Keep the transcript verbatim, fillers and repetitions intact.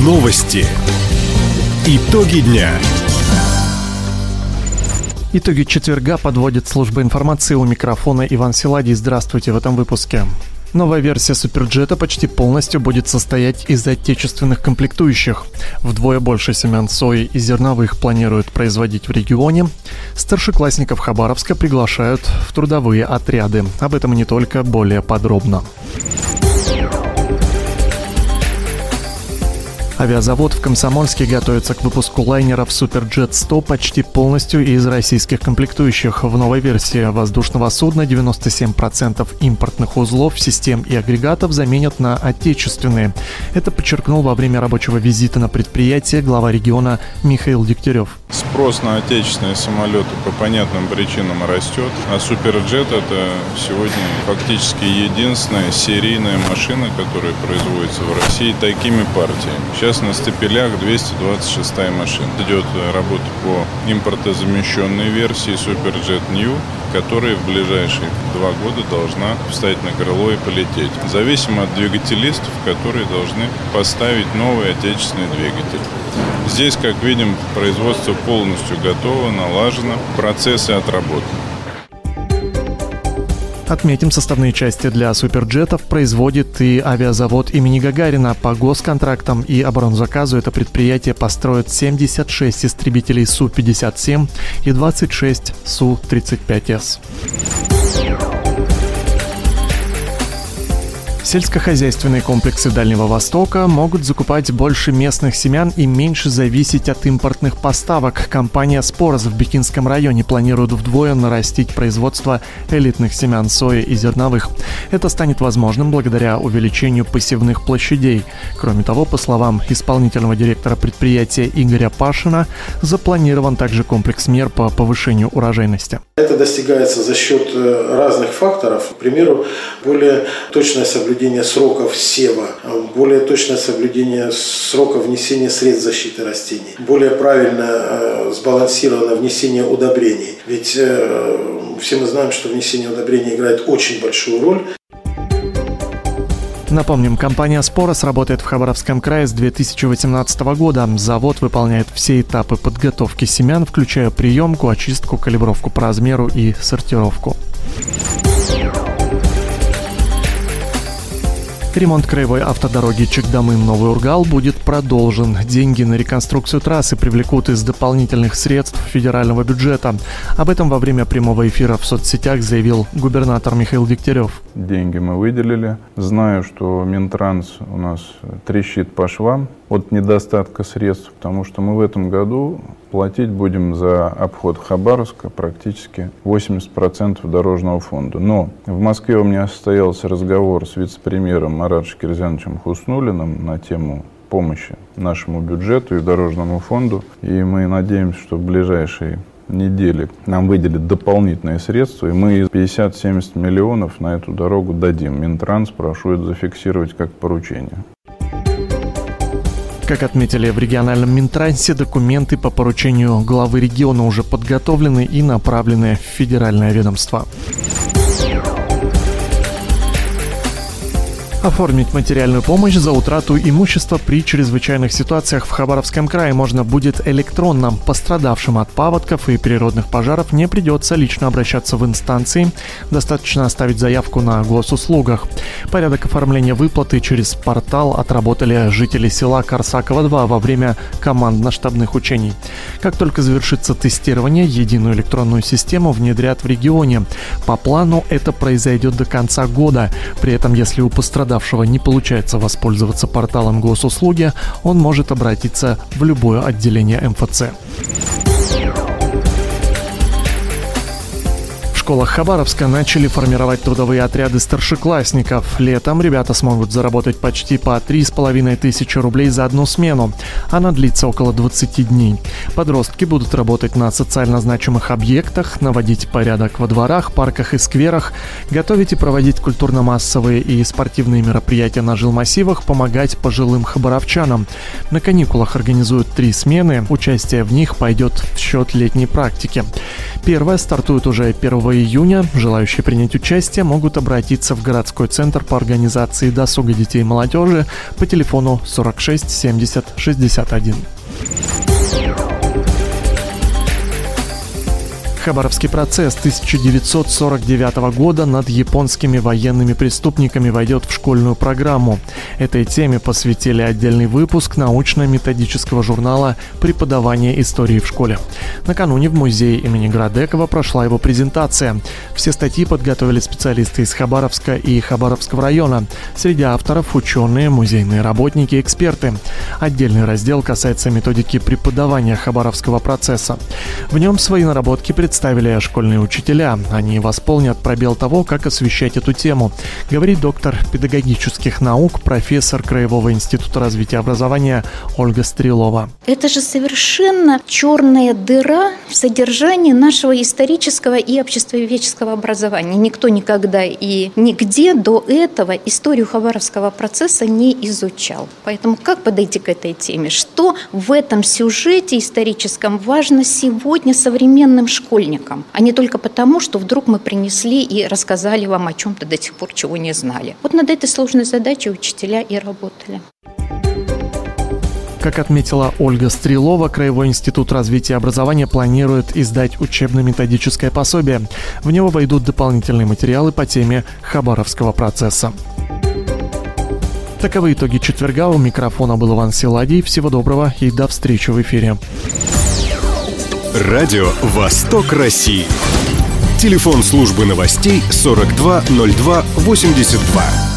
Новости. Итоги дня. Итоги четверга подводит служба информации. У микрофона Иван Силадий. Здравствуйте в этом выпуске. Новая версия Суперджета почти полностью будет состоять из отечественных комплектующих. Вдвое больше семян сои и зерновых планируют производить в регионе. Старшеклассников Хабаровска приглашают в трудовые отряды. Об этом и не только, более подробно. Авиазавод в Комсомольске готовится к выпуску лайнеров Суперджет сто почти полностью из российских комплектующих. В новой версии воздушного судна девяносто семь процентов импортных узлов, систем и агрегатов заменят на отечественные. Это подчеркнул во время рабочего визита на предприятие глава региона Михаил Дегтярев. Спрос на отечественные самолеты по понятным причинам растет, а Суперджет — это сегодня фактически единственная серийная машина, которая производится в России такими партиями. Сейчас на стапелях двести двадцать шестая машина. Идет работа по импортозамещенной версии Суперджет Нью, которая в ближайшие два года должна встать на крыло и полететь. Зависимо от двигателистов, которые должны поставить новый отечественный двигатель. Здесь, как видим, производство полностью готово, налажено, процессы отработаны. Отметим, составные части для суперджетов производит и авиазавод имени Гагарина. По госконтрактам и оборонзаказу это предприятие построит семьдесят шесть истребителей Су пятьдесят семь и двадцать шесть Су тридцать пять эс. Сельскохозяйственные комплексы Дальнего Востока могут закупать больше местных семян и меньше зависеть от импортных поставок. Компания «Спорос» в Бикинском районе планирует вдвое нарастить производство элитных семян сои и зерновых. Это станет возможным благодаря увеличению посевных площадей. Кроме того, по словам исполнительного директора предприятия Игоря Пашина, запланирован также комплекс мер по повышению урожайности. Это достигается за счет разных факторов. К примеру, более точное соблюдение сроков сева, более точное соблюдение срока внесения средств защиты растений, более правильно сбалансированное внесение удобрений. Ведь все мы знаем, что внесение удобрений играет очень большую роль. Напомним, компания «Спорос» работает в Хабаровском крае с две тысячи восемнадцатого года. Завод выполняет все этапы подготовки семян, включая приемку, очистку, калибровку по размеру и сортировку. Ремонт краевой автодороги Чекдамын-Новый Ургал будет продолжен. Деньги на реконструкцию трассы привлекут из дополнительных средств федерального бюджета. Об этом во время прямого эфира в соцсетях заявил губернатор Михаил Дегтярев. Деньги мы выделили. Знаю, что Минтранс у нас трещит по швам от недостатка средств, потому что мы в этом году платить будем за обход Хабаровска практически восемьдесят процентов дорожного фонда. Но в Москве у меня состоялся разговор с вице-премьером Маратом Кирзяновичем Хуснуллиным на тему помощи нашему бюджету и дорожному фонду. И мы надеемся, что в ближайшие недели нам выделят дополнительные средства, и мы пятьдесят-семьдесят миллионов на эту дорогу дадим. Минтранс прошу это зафиксировать как поручение. Как отметили в региональном Минтрансе, документы по поручению главы региона уже подготовлены и направлены в федеральное ведомство. Оформить материальную помощь за утрату имущества при чрезвычайных ситуациях в Хабаровском крае можно будет электронно. Пострадавшим от паводков и природных пожаров не придется лично обращаться в инстанции. Достаточно оставить заявку на госуслугах. Порядок оформления выплаты через портал отработали жители села Корсаково-два во время командно-штабных учений. Как только завершится тестирование, единую электронную систему внедрят в регионе. По плану это произойдет до конца года. При этом, если у пострадавшего не получается воспользоваться порталом госуслуги, он может обратиться в любое отделение эм эф цэ. В школах Хабаровска начали формировать трудовые отряды старшеклассников. Летом ребята смогут заработать почти по три с половиной тысячи рублей за одну смену. Она длится около двадцати дней. Подростки будут работать на социально значимых объектах, наводить порядок во дворах, парках и скверах, готовить и проводить культурно-массовые и спортивные мероприятия на жилмассивах, помогать пожилым хабаровчанам. На каникулах организуют три смены. Участие в них пойдет в счет летней практики. Первая стартует уже первого первого июня желающие принять участие могут обратиться в городской центр по организации досуга детей и молодежи по телефону сорок шесть семьдесят шестьдесят один. Хабаровский процесс тысяча девятьсот сорок девятого года над японскими военными преступниками войдет в школьную программу. Этой теме посвятили отдельный выпуск научно-методического журнала «Преподавание истории в школе». Накануне в музее имени Градекова прошла его презентация. Все статьи подготовили специалисты из Хабаровска и Хабаровского района. Среди авторов – ученые, музейные работники, эксперты. Отдельный раздел касается методики преподавания Хабаровского процесса. В нем свои наработки представили Представили школьные учителя. Они восполнят пробел того, как освещать эту тему, говорит доктор педагогических наук, профессор Краевого института развития образования Ольга Стрелова. Это же совершенно черная дыра в содержании нашего исторического и обществоведческого образования. Никто никогда и нигде до этого историю Хабаровского процесса не изучал. Поэтому как подойти к этой теме? Что в этом сюжете историческом важно сегодня современным школьникам? А не только потому, что вдруг мы принесли и рассказали вам о чем-то до сих пор, чего не знали. Вот над этой сложной задачей учителя и работали. Как отметила Ольга Стрелова, Краевой институт развития образования планирует издать учебно-методическое пособие. В него войдут дополнительные материалы по теме Хабаровского процесса. Таковы итоги четверга. У микрофона был Иван Силадий. Всего доброго и до встречи в эфире. Радио «Восток России». Телефон службы новостей сорок два ноль два восемьдесят два.